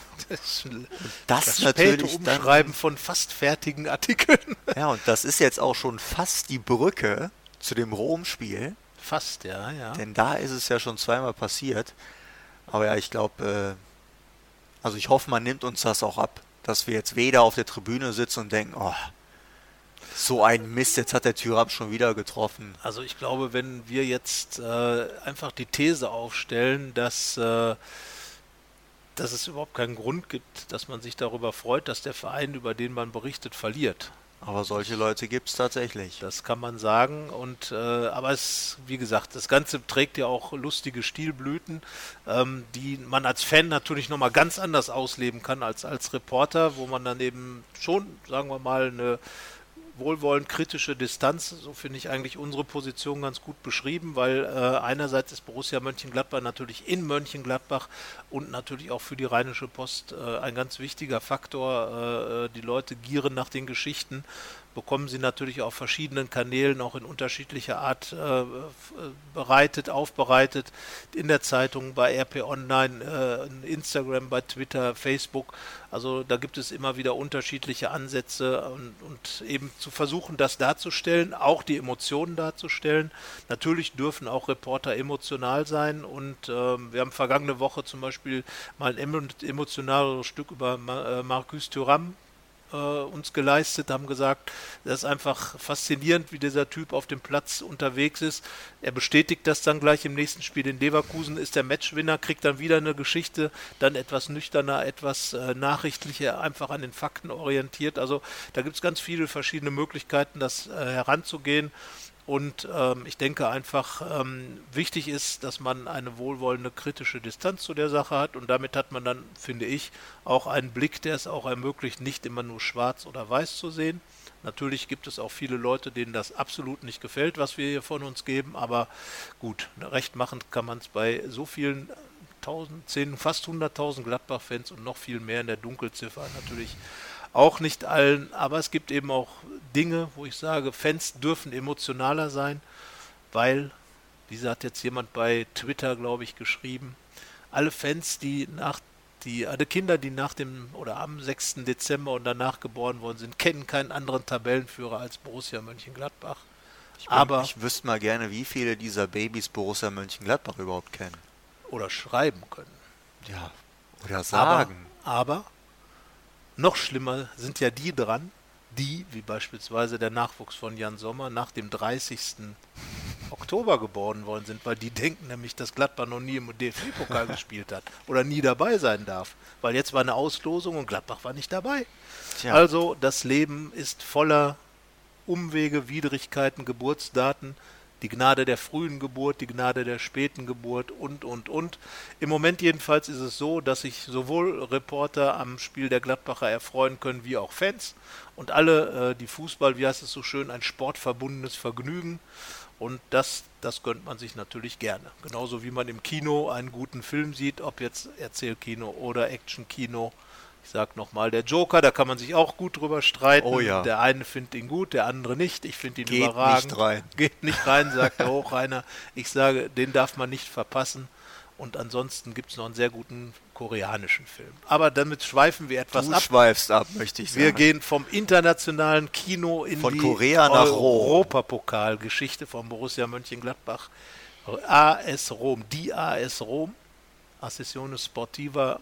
S3: das
S2: späte Umschreiben von fast fertigen Artikeln.
S3: Ja, und das ist jetzt auch schon fast die Brücke zu dem Rom-Spiel.
S2: Fast, ja.
S3: Denn da ist es ja schon zweimal passiert. Aber ja, ich glaube, also ich hoffe, man nimmt uns das auch ab, dass wir jetzt weder auf der Tribüne sitzen und denken, oh, so ein Mist, jetzt hat der Thuram schon wieder getroffen.
S2: Also ich glaube, wenn wir jetzt einfach die These aufstellen, dass es überhaupt keinen Grund gibt, dass man sich darüber freut, dass der Verein, über den man berichtet, verliert.
S3: Aber solche Leute gibt es tatsächlich.
S2: Das kann man sagen. Und aber es, wie gesagt, das Ganze trägt ja auch lustige Stilblüten, die man als Fan natürlich nochmal ganz anders ausleben kann als Reporter, wo man dann eben schon, sagen wir mal, eine wohlwollend kritische Distanz, so finde ich eigentlich unsere Position ganz gut beschrieben, weil einerseits ist Borussia Mönchengladbach natürlich in Mönchengladbach und natürlich auch für die Rheinische Post ein ganz wichtiger Faktor. Die Leute gieren nach den Geschichten, bekommen sie natürlich auf verschiedenen Kanälen auch in unterschiedlicher Art aufbereitet, in der Zeitung, bei RP Online, Instagram, bei Twitter, Facebook. Also da gibt es immer wieder unterschiedliche Ansätze und eben zu versuchen, das darzustellen, auch die Emotionen darzustellen. Natürlich dürfen auch Reporter emotional sein, und wir haben vergangene Woche zum Beispiel mal ein emotionaleres Stück über Marcus Thuram uns geleistet, haben gesagt, das ist einfach faszinierend, wie dieser Typ auf dem Platz unterwegs ist. Er bestätigt das dann gleich im nächsten Spiel in Leverkusen, ist der Matchwinner, kriegt dann wieder eine Geschichte, dann etwas nüchterner, etwas nachrichtlicher, einfach an den Fakten orientiert. Also da gibt es ganz viele verschiedene Möglichkeiten, das heranzugehen. Und ich denke einfach, wichtig ist, dass man eine wohlwollende, kritische Distanz zu der Sache hat und damit hat man dann, finde ich, auch einen Blick, der es auch ermöglicht, nicht immer nur schwarz oder weiß zu sehen. Natürlich gibt es auch viele Leute, denen das absolut nicht gefällt, was wir hier von uns geben, aber gut, recht machen kann man es bei so vielen fast 100.000 Gladbach-Fans und noch viel mehr in der Dunkelziffer natürlich auch nicht allen, aber es gibt eben auch Dinge, wo ich sage, Fans dürfen emotionaler sein, weil, diese hat jetzt jemand bei Twitter, glaube ich, geschrieben, alle Fans, alle Kinder, die nach dem oder am 6. Dezember und danach geboren worden sind, kennen keinen anderen Tabellenführer als Borussia Mönchengladbach.
S3: Ich wüsste mal gerne, wie viele dieser Babys Borussia Mönchengladbach überhaupt kennen.
S2: Oder schreiben können.
S3: Ja, oder sagen.
S2: Aber noch schlimmer sind ja die dran, die, wie beispielsweise der Nachwuchs von Jan Sommer, nach dem 30. Oktober geboren worden sind, weil die denken nämlich, dass Gladbach noch nie im DFB-Pokal gespielt hat oder nie dabei sein darf, weil jetzt war eine Auslosung und Gladbach war nicht dabei. Tja. Also das Leben ist voller Umwege, Widrigkeiten, Geburtsdaten, die Gnade der frühen Geburt, die Gnade der späten Geburt und. Im Moment jedenfalls ist es so, dass sich sowohl Reporter am Spiel der Gladbacher erfreuen können, wie auch Fans. Und alle, die Fußball, wie heißt es so schön, ein sportverbundenes Vergnügen. Und das gönnt man sich natürlich gerne. Genauso wie man im Kino einen guten Film sieht, ob jetzt Erzählkino oder Actionkino. Ich sag nochmal, der Joker, da kann man sich auch gut drüber streiten.
S3: Oh ja.
S2: Der eine findet ihn gut, der andere nicht. Ich finde ihn überragend.
S3: Nicht rein.
S2: Geht nicht rein, sagt der Hochreiner. Ich sage, den darf man nicht verpassen. Und ansonsten gibt es noch einen sehr guten koreanischen Film. Aber damit schweifen wir etwas ab.
S3: Du schweifst ab, möchte ich sagen.
S2: Wir gehen vom internationalen Kino in
S3: von
S2: die
S3: Korea nach
S2: Europapokal-Geschichte von Borussia Mönchengladbach. AS Rom, die AS Rom, Associazione Sportiva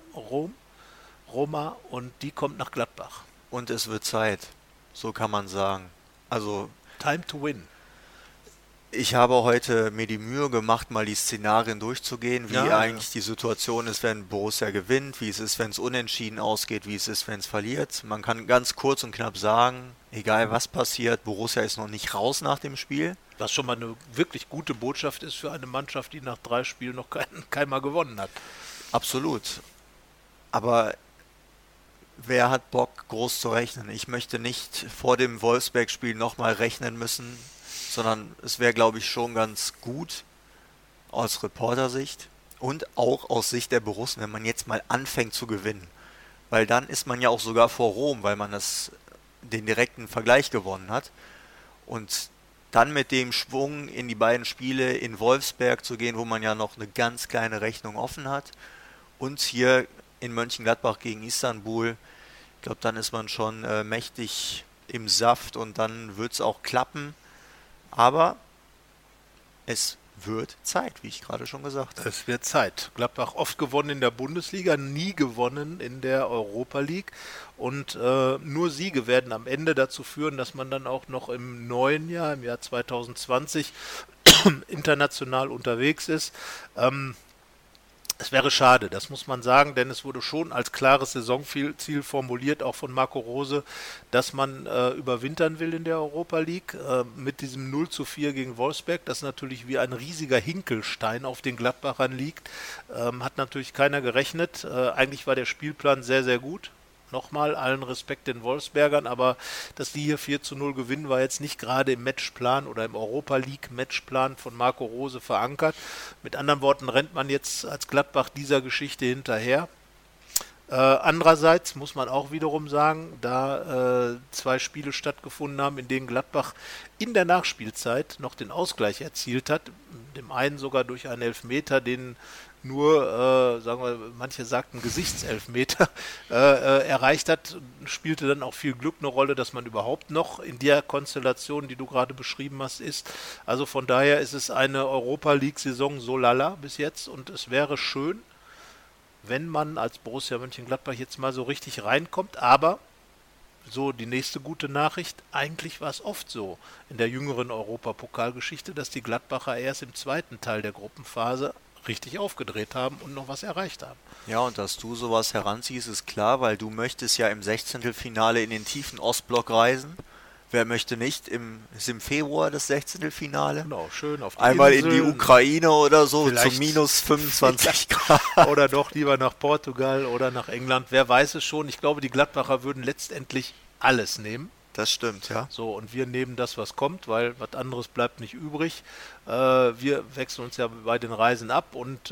S2: Roma, und die kommt nach Gladbach.
S3: Und es wird Zeit, so kann man sagen. Also
S2: Time to win.
S3: Ich habe heute mir die Mühe gemacht, mal die Szenarien durchzugehen, wie eigentlich die Situation ist, wenn Borussia gewinnt, wie es ist, wenn es unentschieden ausgeht, wie es ist, wenn es verliert. Man kann ganz kurz und knapp sagen, egal was passiert, Borussia ist noch nicht raus nach dem Spiel.
S2: Was schon mal eine wirklich gute Botschaft ist für eine Mannschaft, die nach 3 Spielen noch keinmal gewonnen hat.
S3: Absolut. Aber wer hat Bock, groß zu rechnen? Ich möchte nicht vor dem Wolfsberg-Spiel nochmal rechnen müssen, sondern es wäre, glaube ich, schon ganz gut aus Reportersicht und auch aus Sicht der Borussen, wenn man jetzt mal anfängt zu gewinnen. Weil dann ist man ja auch sogar vor Rom, weil man den direkten Vergleich gewonnen hat. Und dann mit dem Schwung in die beiden Spiele in Wolfsberg zu gehen, wo man ja noch eine ganz kleine Rechnung offen hat, und hier in Mönchengladbach gegen Istanbul, ich glaube, dann ist man schon mächtig im Saft und dann wird es auch klappen. Aber es wird Zeit, wie ich gerade schon gesagt habe.
S2: Es wird Zeit. Gladbach oft gewonnen in der Bundesliga, nie gewonnen in der Europa League. Und nur Siege werden am Ende dazu führen, dass man dann auch noch im neuen Jahr, im Jahr 2020, international unterwegs ist. Es wäre schade, das muss man sagen, denn es wurde schon als klares Saisonziel formuliert, auch von Marco Rose, dass man überwintern will in der Europa League. Mit diesem 0:4 gegen Wolfsberg, das natürlich wie ein riesiger Hinkelstein auf den Gladbachern liegt, hat natürlich keiner gerechnet. Eigentlich war der Spielplan sehr, sehr gut. Nochmal allen Respekt den Wolfsbergern, aber dass die hier 4:0 gewinnen, war jetzt nicht gerade im Matchplan oder im Europa League Matchplan von Marco Rose verankert. Mit anderen Worten rennt man jetzt als Gladbach dieser Geschichte hinterher. Andererseits muss man auch wiederum sagen, da 2 Spiele stattgefunden haben, in denen Gladbach in der Nachspielzeit noch den Ausgleich erzielt hat, dem einen sogar durch einen Elfmeter, den nur, sagen wir, manche sagten Gesichtselfmeter, erreicht hat, spielte dann auch viel Glück eine Rolle, dass man überhaupt noch in der Konstellation, die du gerade beschrieben hast, ist. Also von daher ist es eine Europa-League-Saison so lala bis jetzt und es wäre schön, wenn man als Borussia Mönchengladbach jetzt mal so richtig reinkommt, aber so die nächste gute Nachricht, eigentlich war es oft so in der jüngeren Europapokalgeschichte, dass die Gladbacher erst im zweiten Teil der Gruppenphase richtig aufgedreht haben und noch was erreicht haben.
S3: Ja, und dass du sowas heranziehst, ist klar, weil du möchtest ja im 16. in den tiefen Ostblock reisen. Wer möchte nicht? Ist im Februar das 16.
S2: Genau, schön auf die
S3: Einmal
S2: Inseln,
S3: in die Ukraine oder so, zu
S2: vielleicht-
S3: minus 25 Grad.
S2: oder doch lieber nach Portugal oder nach England. Wer weiß es schon. Ich glaube, die Gladbacher würden letztendlich alles nehmen.
S3: Das stimmt, ja.
S2: So, und wir nehmen das, was kommt, weil was anderes bleibt nicht übrig. Wir wechseln uns ja bei den Reisen ab und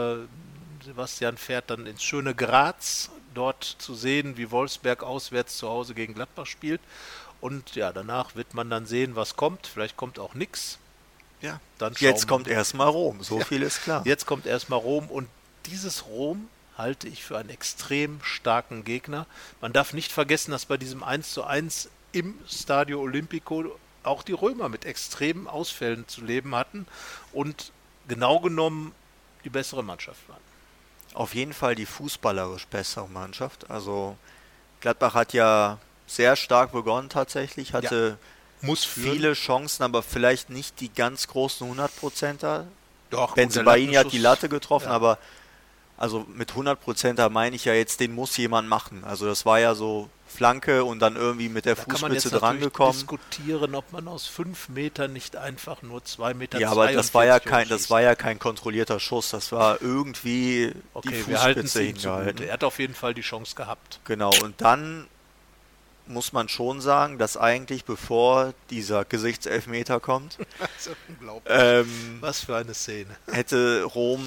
S2: Sebastian fährt dann ins schöne Graz, dort zu sehen, wie Wolfsberg auswärts zu Hause gegen Gladbach spielt. Und ja, danach wird man dann sehen, was kommt. Vielleicht kommt auch nichts.
S3: Ja.
S2: Dann
S3: Jetzt kommt erstmal Rom, so viel ist klar.
S2: Jetzt kommt erstmal Rom und dieses Rom halte ich für einen extrem starken Gegner. Man darf nicht vergessen, dass bei diesem 1:1 im Stadio Olimpico auch die Römer mit extremen Ausfällen zu leben hatten und genau genommen die bessere Mannschaft waren.
S3: Auf jeden Fall die fußballerisch bessere Mannschaft. Also Gladbach hat ja sehr stark begonnen tatsächlich, hatte
S2: Muss
S3: viele Chancen, aber vielleicht nicht die ganz großen 100%er.
S2: Doch,
S3: Bensebaini hat die Latte getroffen,
S2: ja.
S3: aber also mit 100%er meine ich ja jetzt, den muss jemand machen. Also das war ja so Flanke und dann irgendwie mit der
S2: Da kann man jetzt
S3: Fußspitze
S2: natürlich
S3: drangekommen.
S2: diskutieren, ob man aus 5 Metern nicht einfach nur 2 Meter
S3: Ja, aber das war ja
S2: schießt.
S3: kein kontrollierter Schuss. Das war irgendwie die
S2: Okay, wir halten es
S3: Fußspitze
S2: ihm zugute.
S3: hingehalten.
S2: Er hat auf jeden Fall die Chance gehabt.
S3: Genau, und dann muss man schon sagen, dass eigentlich bevor dieser Gesichtselfmeter kommt,
S2: Das ist unglaublich. Was für eine Szene.
S3: hätte Rom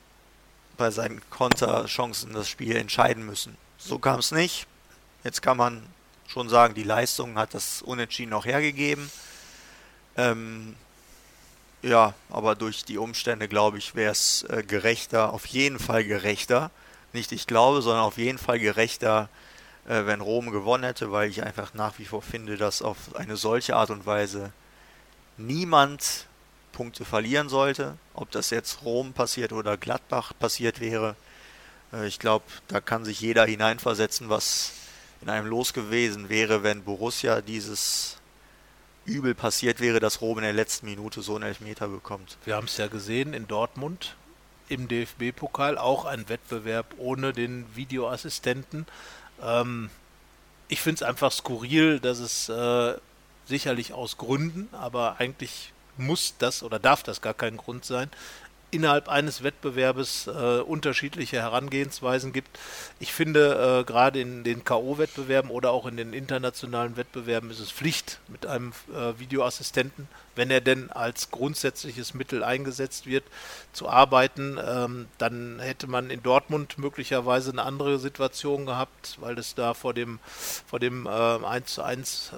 S3: bei seinen Konterchancen das Spiel entscheiden müssen. So kam es nicht. Jetzt kann man schon sagen, die Leistung hat das Unentschieden auch hergegeben. Ja, aber durch die Umstände, glaube ich, wäre es gerechter, auf jeden Fall gerechter. Nicht ich glaube, sondern auf jeden Fall gerechter, wenn Rom gewonnen hätte, weil ich einfach nach wie vor finde, dass auf eine solche Art und Weise niemand Punkte verlieren sollte. Ob das jetzt Rom passiert oder Gladbach passiert wäre. Ich glaube, da kann sich jeder hineinversetzen, was in einem Los gewesen wäre, wenn Borussia dieses Übel passiert wäre, dass Rom in der letzten Minute so einen Elfmeter bekommt.
S2: Wir haben es ja gesehen in Dortmund im DFB-Pokal, auch ein Wettbewerb ohne den Videoassistenten. Ich finde es einfach skurril, dass es sicherlich aus Gründen, aber eigentlich muss das oder darf das gar kein Grund sein, innerhalb eines Wettbewerbes unterschiedliche Herangehensweisen gibt. Ich finde, gerade in den K.O.-Wettbewerben oder auch in den internationalen Wettbewerben ist es Pflicht mit einem Videoassistenten, wenn er denn als grundsätzliches Mittel eingesetzt wird, zu arbeiten. Dann hätte man in Dortmund möglicherweise eine andere Situation gehabt, weil es da vor dem 1:1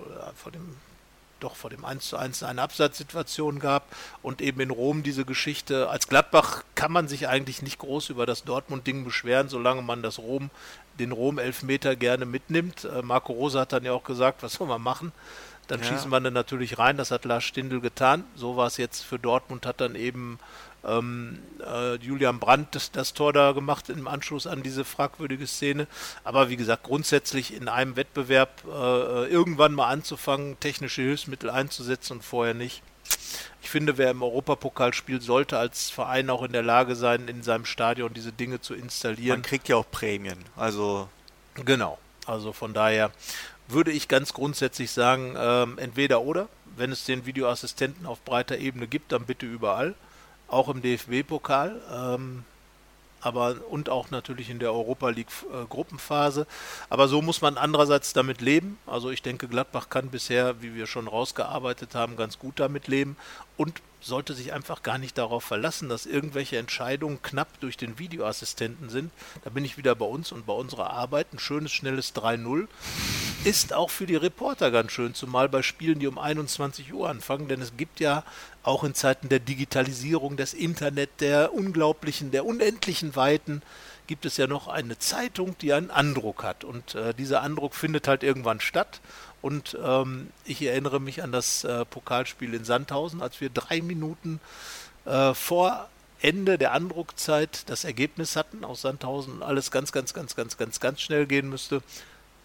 S2: vor dem 1:1 eine Absatzsituation gab und eben in Rom diese Geschichte. Als Gladbach kann man sich eigentlich nicht groß über das Dortmund-Ding beschweren, solange man den Rom-Elfmeter gerne mitnimmt. Marco Rose hat dann ja auch gesagt, was soll man machen? Dann schießen wir dann natürlich rein, das hat Lars Stindl getan. So war es jetzt für Dortmund, hat dann eben Julian Brandt das Tor da gemacht im Anschluss an diese fragwürdige Szene. Aber wie gesagt, grundsätzlich in einem Wettbewerb irgendwann mal anzufangen, technische Hilfsmittel einzusetzen und vorher nicht. Ich finde, wer im Europapokal spielt, sollte als Verein auch in der Lage sein, in seinem Stadion diese Dinge zu installieren.
S3: Man kriegt ja auch Prämien, also
S2: Genau, also von daher würde ich ganz grundsätzlich sagen, entweder oder, wenn es den Videoassistenten auf breiter Ebene gibt, dann bitte überall. Auch im DFB-Pokal, und auch natürlich in der Europa League Gruppenphase. Aber so muss man andererseits damit leben. Also ich denke, Gladbach kann bisher, wie wir schon rausgearbeitet haben, ganz gut damit leben und sollte sich einfach gar nicht darauf verlassen, dass irgendwelche Entscheidungen knapp durch den Videoassistenten sind. Da bin ich wieder bei uns und bei unserer Arbeit. Ein schönes, schnelles 3:0 ist auch für die Reporter ganz schön, zumal bei Spielen, die um 21 Uhr anfangen, denn es gibt ja auch in Zeiten der Digitalisierung, des Internet, der unendlichen Weiten, gibt es ja noch eine Zeitung, die einen Andruck hat. Und dieser Andruck findet halt irgendwann statt. Und ich erinnere mich an das Pokalspiel in Sandhausen, als wir 3 Minuten vor Ende der Andruckzeit das Ergebnis hatten aus Sandhausen und alles ganz schnell gehen müsste.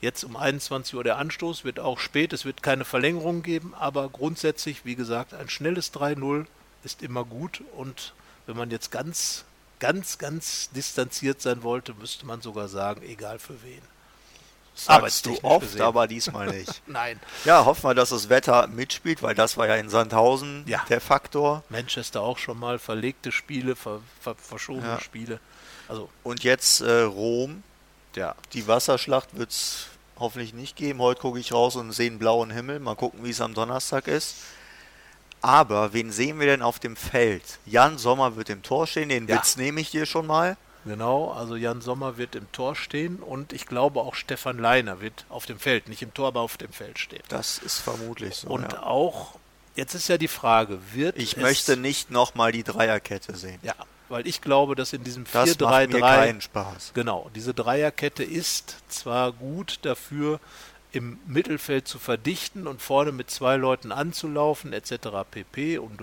S2: Jetzt um 21 Uhr der Anstoß, wird auch spät, es wird keine Verlängerung geben, aber grundsätzlich, wie gesagt, ein schnelles 3-0 ist immer gut und wenn man jetzt ganz distanziert sein wollte, müsste man sogar sagen, egal für wen.
S3: Sagst du oft, aber diesmal nicht.
S2: Nein.
S3: Ja, hoffen wir, dass das Wetter mitspielt, weil das war ja in Sandhausen der Faktor.
S2: Manchester auch schon mal verlegte Spiele, verschobene Spiele. Also.
S3: Und jetzt Rom. Ja. Die Wasserschlacht wird es hoffentlich nicht geben. Heute gucke ich raus und sehe einen blauen Himmel. Mal gucken, wie es am Donnerstag ist. Aber wen sehen wir denn auf dem Feld? Jan Sommer wird im Tor stehen, den Witz nehme ich dir schon mal.
S2: Genau, also Jan Sommer wird im Tor stehen und ich glaube auch Stefan Leiner wird auf dem Feld, nicht im Tor, aber auf dem Feld stehen.
S3: Das ist vermutlich so.
S2: Und auch, jetzt ist ja die Frage,
S3: ich möchte nicht nochmal die Dreierkette sehen.
S2: Ja, weil ich glaube, dass in diesem 4-3-3...
S3: Das macht mir keinen Spaß.
S2: Genau, diese Dreierkette ist zwar gut dafür, im Mittelfeld zu verdichten und vorne mit 2 Leuten anzulaufen, etc. pp. und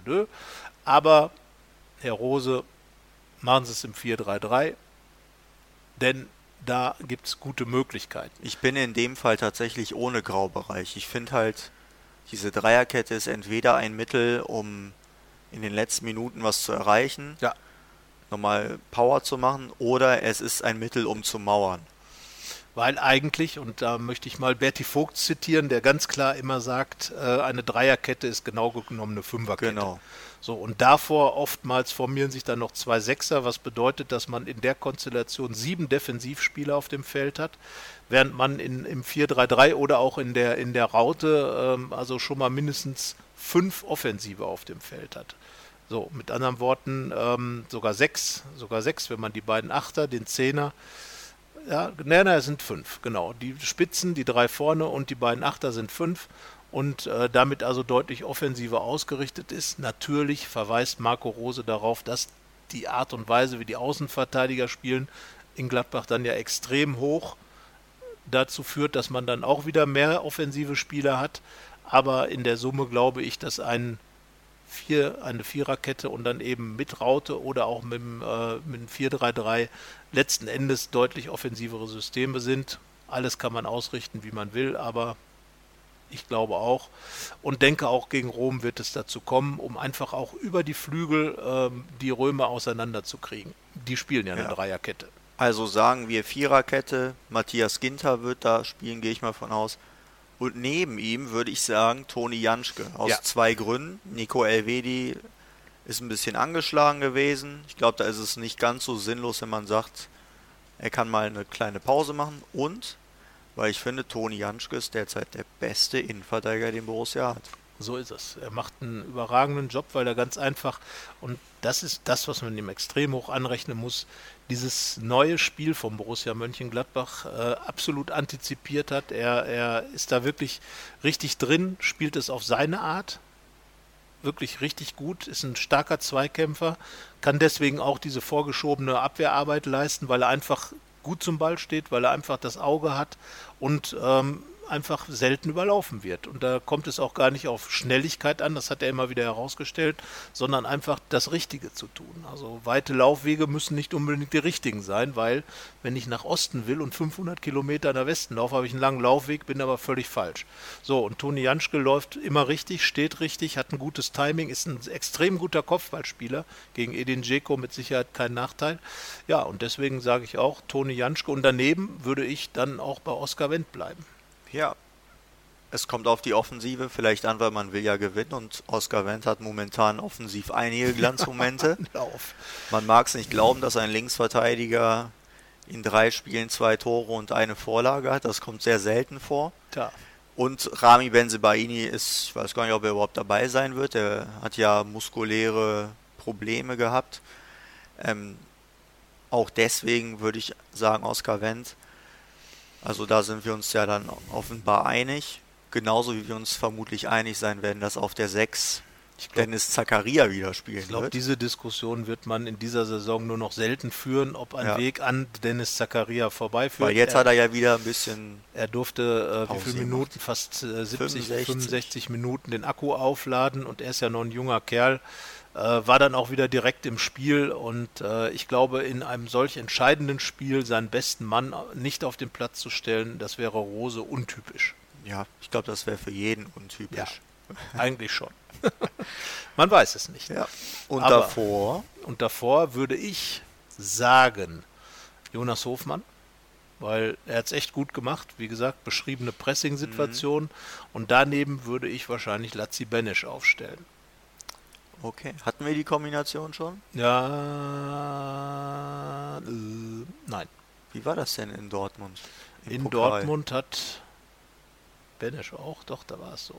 S2: aber, Herr Rose, machen Sie es im 4-3-3, denn da gibt es gute Möglichkeiten.
S3: Ich bin in dem Fall tatsächlich ohne Graubereich. Ich finde halt, diese Dreierkette ist entweder ein Mittel, um in den letzten Minuten was zu erreichen, nochmal Power zu machen, oder es ist ein Mittel, um zu mauern.
S2: Weil eigentlich, und da möchte ich mal Berti Vogt zitieren, der ganz klar immer sagt, eine Dreierkette ist genau genommen eine Fünferkette.
S3: Genau.
S2: So, und davor oftmals formieren sich dann noch 2 Sechser, was bedeutet, dass man in der Konstellation 7 Defensivspieler auf dem Feld hat, während man im 4-3-3 oder auch in der Raute also schon mal mindestens 5 Offensive auf dem Feld hat. So, mit anderen Worten, sogar 6, wenn man die beiden Achter, den Zehner, es sind 5, genau. Die Spitzen, die 3 vorne und die beiden Achter sind 5 und damit also deutlich offensiver ausgerichtet ist. Natürlich verweist Marco Rose darauf, dass die Art und Weise, wie die Außenverteidiger spielen, in Gladbach dann ja extrem hoch dazu führt, dass man dann auch wieder mehr offensive Spieler hat. Aber in der Summe glaube ich, dass eine Viererkette und dann eben mit Raute oder auch mit dem 4-3-3 letzten Endes deutlich offensivere Systeme sind. Alles kann man ausrichten, wie man will, aber ich glaube auch und denke auch gegen Rom wird es dazu kommen, um einfach auch über die Flügel die Römer auseinanderzukriegen. Die spielen ja eine Dreierkette.
S3: Also sagen wir Viererkette, Matthias Ginter wird da spielen, gehe ich mal von aus. Und neben ihm würde ich sagen Toni Janschke. Aus 2 Gründen. Nico Elvedi ist ein bisschen angeschlagen gewesen. Ich glaube, da ist es nicht ganz so sinnlos, wenn man sagt, er kann mal eine kleine Pause machen. Und, weil ich finde, Toni Janschke ist derzeit der beste Innenverteidiger, den Borussia hat.
S2: So ist es. Er macht einen überragenden Job, weil er ganz einfach, und das ist das, was man ihm extrem hoch anrechnen muss, dieses neue Spiel vom Borussia Mönchengladbach absolut antizipiert hat. Er ist da wirklich richtig drin, spielt es auf seine Art, wirklich richtig gut, ist ein starker Zweikämpfer, kann deswegen auch diese vorgeschobene Abwehrarbeit leisten, weil er einfach gut zum Ball steht, weil er einfach das Auge hat und einfach selten überlaufen wird. Und da kommt es auch gar nicht auf Schnelligkeit an, das hat er immer wieder herausgestellt, sondern einfach das Richtige zu tun. Also weite Laufwege müssen nicht unbedingt die richtigen sein, weil wenn ich nach Osten will und 500 Kilometer nach Westen laufe, habe ich einen langen Laufweg, bin aber völlig falsch. So, und Toni Janschke läuft immer richtig, steht richtig, hat ein gutes Timing, ist ein extrem guter Kopfballspieler, gegen Edin Dzeko mit Sicherheit kein Nachteil. Ja, und deswegen sage ich auch Toni Janschke und daneben würde ich dann auch bei Oskar Wendt bleiben.
S3: Ja, es kommt auf die Offensive vielleicht an, weil man will ja gewinnen und Oskar Wendt hat momentan offensiv einige Glanzmomente. Man mag es nicht glauben, dass ein Linksverteidiger in 3 Spielen 2 Tore und eine Vorlage hat. Das kommt sehr selten vor.
S2: Ja.
S3: Und Rami Bensebaini ist, ich weiß gar nicht, ob er überhaupt dabei sein wird. Er hat ja muskuläre Probleme gehabt. Auch deswegen würde ich sagen, Oskar Wendt. Also da sind wir uns ja dann offenbar einig. Genauso wie wir uns vermutlich einig sein werden, dass auf der 6 Dennis Zakaria wieder spielen
S2: Ich glaube,
S3: wird.
S2: diese Diskussion wird man in dieser Saison nur noch selten führen, ob ein Weg an Dennis Zakaria vorbeiführt.
S3: Weil jetzt hat er ja wieder ein bisschen...
S2: Er durfte, wie viele
S3: Pause
S2: Minuten? Fast 70,
S3: 65.
S2: 65 Minuten den Akku aufladen und er ist ja noch ein junger Kerl. War dann auch wieder direkt im Spiel und ich glaube, in einem solch entscheidenden Spiel seinen besten Mann nicht auf den Platz zu stellen, das wäre Rose untypisch.
S3: Ja, ich glaube, das wäre für jeden untypisch.
S2: Ja, eigentlich schon. Man weiß es nicht.
S3: Ja. Und
S2: Aber-
S3: davor?
S2: Und davor würde ich sagen, Jonas Hofmann, weil er hat es echt gut gemacht. Wie gesagt, beschriebene Pressing-Situation. Und daneben würde ich wahrscheinlich Lazzi Benesch aufstellen.
S3: Okay. Hatten wir die Kombination schon?
S2: Ja, nein.
S3: Wie war das denn in Dortmund? Im
S2: In
S3: Pokal?
S2: Dortmund hat Benesch auch, doch, da war es so.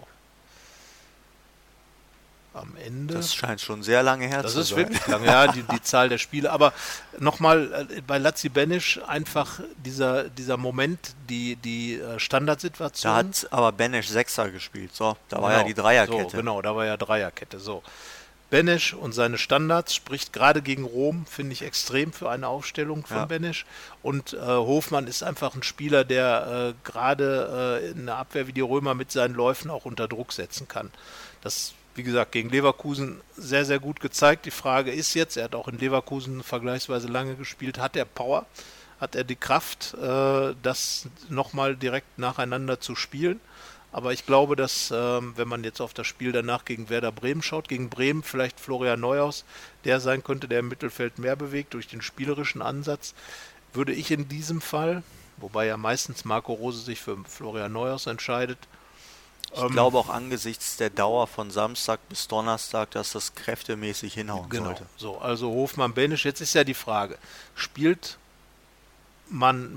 S2: Am Ende.
S3: Das scheint schon sehr lange her
S2: Das
S3: zu
S2: ist
S3: sein.
S2: wirklich lang, ja, die Zahl der Spiele. Aber nochmal, bei Lazzi Benesch einfach dieser Moment, die Standardsituation.
S3: Da hat aber Benesch Sechser gespielt. So, da war
S2: Genau,
S3: ja die Dreierkette.
S2: So, genau, da war ja Dreierkette. So. Benesch und seine Standards spricht gerade gegen Rom, finde ich extrem für eine Aufstellung von
S3: Ja.
S2: Benesch. Und Hofmann ist einfach ein Spieler, der gerade in der Abwehr wie die Römer mit seinen Läufen auch unter Druck setzen kann. Das, wie gesagt, gegen Leverkusen sehr, sehr gut gezeigt. Die Frage ist jetzt, er hat auch in Leverkusen vergleichsweise lange gespielt, hat er Power? Hat er die Kraft, das nochmal direkt nacheinander zu spielen? Aber ich glaube, dass, wenn man jetzt auf das Spiel danach gegen Werder Bremen schaut, gegen Bremen vielleicht Florian Neuhaus, der sein könnte, der im Mittelfeld mehr bewegt durch den spielerischen Ansatz, würde ich in diesem Fall, wobei ja meistens Marco Rose sich für Florian Neuhaus entscheidet,
S3: Ich glaube auch angesichts der Dauer von Samstag bis Donnerstag, dass das kräftemäßig hinhauen
S2: genau,
S3: sollte.
S2: so, also Hofmann, Benesch, jetzt ist ja die Frage, spielt Mann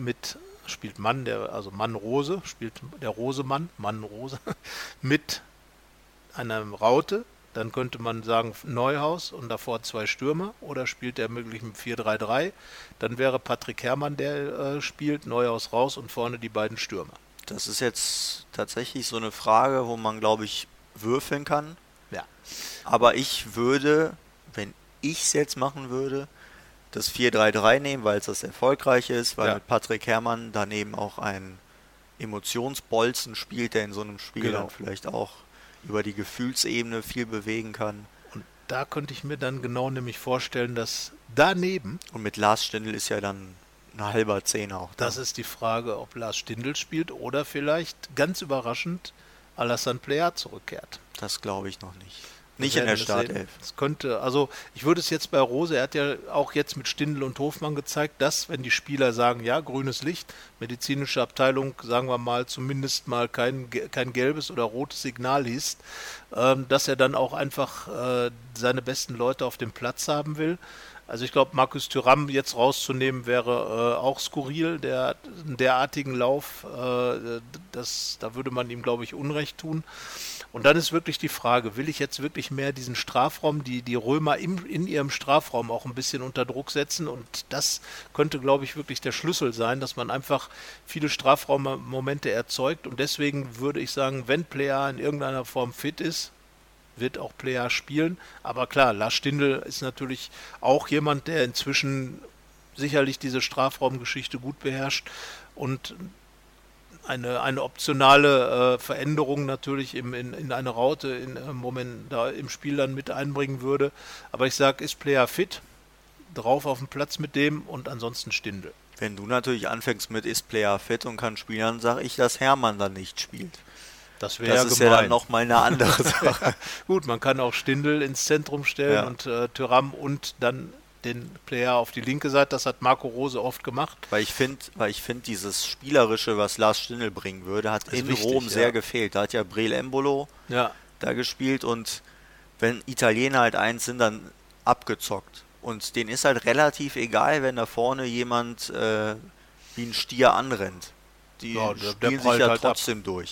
S2: also Mann Rose, spielt der Rosemann, Mann Rose, mit einer Raute, dann könnte man sagen Neuhaus und davor zwei Stürmer, oder spielt er möglich mit 4-3-3, dann wäre Patrick Herrmann, der spielt, Neuhaus raus und vorne die beiden Stürmer.
S3: Das ist jetzt tatsächlich so eine Frage, wo man, glaube ich, würfeln kann.
S2: Ja.
S3: Aber ich würde, wenn ich es jetzt machen würde, das 4-3-3 nehmen, weil es das Erfolgreiche ist, weil
S2: Ja.
S3: mit Patrick Herrmann daneben auch ein Emotionsbolzen spielt, der in so einem Spiel
S2: Genau.
S3: dann vielleicht auch über die Gefühlsebene viel bewegen kann.
S2: Und da könnte ich mir dann genau nämlich vorstellen, dass daneben,
S3: Und mit Lars Stindl ist ja dann ein halber Zehner auch da.
S2: das ist die Frage, ob Lars Stindl spielt oder vielleicht ganz überraschend Alassane Plea zurückkehrt.
S3: Das glaube ich noch nicht.
S2: Wir
S3: Nicht in der
S2: werden es sehen.
S3: Startelf.
S2: Es könnte, also ich würde es jetzt bei Rose, er hat ja auch jetzt mit Stindl und Hofmann gezeigt, dass, wenn die Spieler sagen, ja, grünes Licht, medizinische Abteilung, sagen wir mal, zumindest mal kein gelbes oder rotes Signal hieß, dass er dann auch einfach seine besten Leute auf dem Platz haben will. Also ich glaube, Markus Thuram jetzt rauszunehmen wäre auch skurril, der hat einen derartigen Lauf, da würde man ihm, glaube ich, Unrecht tun. Und dann ist wirklich die Frage, will ich jetzt wirklich mehr diesen Strafraum, die Römer in ihrem Strafraum auch ein bisschen unter Druck setzen? Und das könnte, glaube ich, wirklich der Schlüssel sein, dass man einfach viele Strafraummomente erzeugt. Und deswegen würde ich sagen, wenn Plea in irgendeiner Form fit ist, wird auch Plea spielen. Aber klar, Lars Stindl ist natürlich auch jemand, der inzwischen sicherlich diese Strafraumgeschichte gut beherrscht und eine optionale Veränderung natürlich in eine Raute im Moment da im Spiel dann mit einbringen würde. Aber ich sage, ist Plea fit, drauf auf dem Platz mit dem und ansonsten Stindl.
S3: Wenn du natürlich anfängst mit ist Player fit und kann spielen, dann sage ich, dass Hermann dann nicht spielt.
S2: Das wäre
S3: Das
S2: ja
S3: ist
S2: gemein.
S3: ja dann nochmal eine andere Sache.
S2: Gut, man kann auch Stindl ins Zentrum stellen
S3: Ja.
S2: und Thuram und dann den Player auf die linke Seite. Das hat Marco Rose oft gemacht.
S3: Weil ich finde, dieses Spielerische, was Lars Stindl bringen würde, hat
S2: Ist
S3: in
S2: wichtig,
S3: Rom
S2: ja.
S3: sehr gefehlt. Da hat ja Breel Embolo
S2: Ja,
S3: da gespielt und wenn Italiener halt eins sind, dann abgezockt. Und denen ist halt relativ egal, wenn da vorne jemand wie ein Stier anrennt. Die
S2: Ja, der
S3: spielen sich
S2: prallt
S3: ja
S2: halt ab.
S3: trotzdem durch.
S2: ja.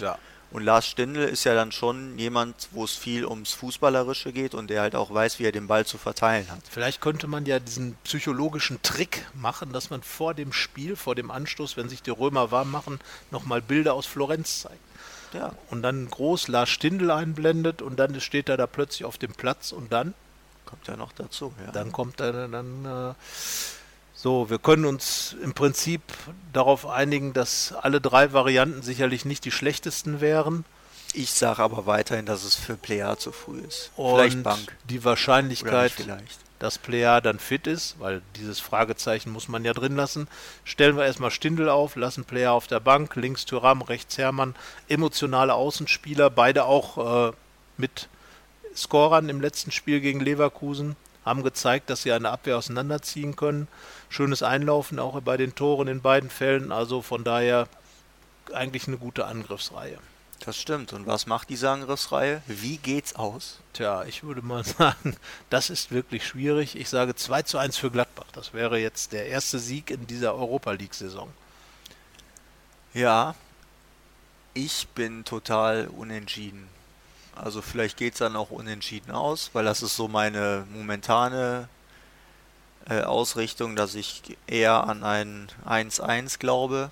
S3: Und Lars Stindl ist ja dann schon jemand, wo es viel ums Fußballerische geht und der halt auch weiß, wie er den Ball zu verteilen hat.
S2: Vielleicht könnte man ja diesen psychologischen Trick machen, dass man vor dem Spiel, vor dem Anstoß, wenn sich die Römer warm machen, nochmal Bilder aus Florenz zeigt.
S3: Ja.
S2: Und dann groß Lars Stindl einblendet und dann steht er da plötzlich auf dem Platz und dann
S3: Kommt ja noch dazu, ja.
S2: Dann kommt er so, wir können uns im Prinzip darauf einigen, dass alle 3 Varianten sicherlich nicht die schlechtesten wären.
S3: Ich sage aber weiterhin, dass es für Plea zu früh ist.
S2: Und
S3: Vielleicht Bank.
S2: die Wahrscheinlichkeit,
S3: Vielleicht.
S2: dass Plea dann fit ist, weil dieses Fragezeichen muss man ja drin lassen, stellen wir erstmal Stindl auf, lassen Plea auf der Bank, links Thuram, rechts Hermann, emotionale Außenspieler, beide auch mit Scorern im letzten Spiel gegen Leverkusen, haben gezeigt, dass sie eine Abwehr auseinanderziehen können. Schönes Einlaufen auch bei den Toren in beiden Fällen, also von daher eigentlich eine gute Angriffsreihe.
S3: Das stimmt. Und was macht diese Angriffsreihe? Wie geht's aus?
S2: Tja, ich würde mal sagen, das ist wirklich schwierig. Ich sage 2:1 für Gladbach. Das wäre jetzt der erste Sieg in dieser Europa-League-Saison.
S3: Ja, ich bin total unentschieden. Also vielleicht geht es dann auch unentschieden aus, weil das ist so meine momentane Ausrichtung, dass ich eher an ein 1:1 glaube,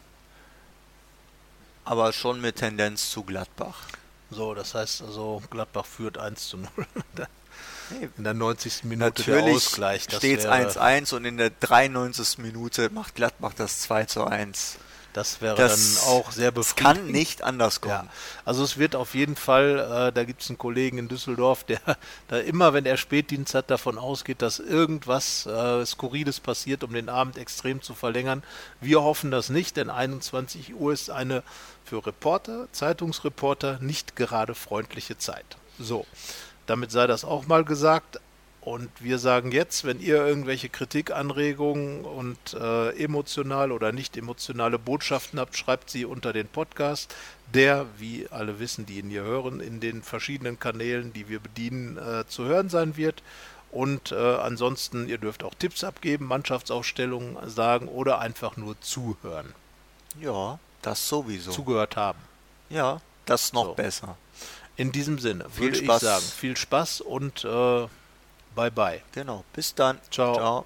S3: aber schon mit Tendenz zu Gladbach.
S2: So, das heißt also, Gladbach führt 1:0. In der 90. Minute
S3: Natürlich
S2: der Ausgleich.
S3: steht es 1:1 und in der 93. Minute macht Gladbach das 2:1.
S2: Das wäre dann auch sehr
S3: Das
S2: befriedigend.
S3: kann nicht anders kommen.
S2: Ja, also es wird auf jeden Fall, da gibt es einen Kollegen in Düsseldorf, der da immer, wenn er Spätdienst hat, davon ausgeht, dass irgendwas Skurriles passiert, um den Abend extrem zu verlängern. Wir hoffen das nicht, denn 21 Uhr ist eine für Reporter, Zeitungsreporter nicht gerade freundliche Zeit. So, damit sei das auch mal gesagt. Und wir sagen jetzt, wenn ihr irgendwelche Kritik, Anregungen und emotionale oder nicht emotionale Botschaften habt, schreibt sie unter den Podcast, der, wie alle wissen, die ihn hier hören, in den verschiedenen Kanälen, die wir bedienen, zu hören sein wird. Und ansonsten, ihr dürft auch Tipps abgeben, Mannschaftsaufstellungen sagen oder einfach nur zuhören.
S3: Ja, das sowieso.
S2: Zugehört haben.
S3: Ja, das ist noch
S2: So.
S3: besser.
S2: In diesem Sinne
S3: Viel
S2: würde
S3: Spaß.
S2: ich sagen, viel Spaß und bye bye.
S3: Genau. Bis dann.
S2: Ciao.
S3: Ciao.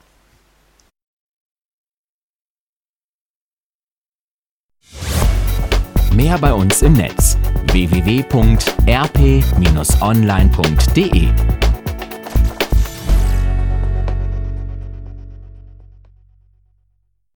S1: Mehr bei uns im Netz: www.rp-online.de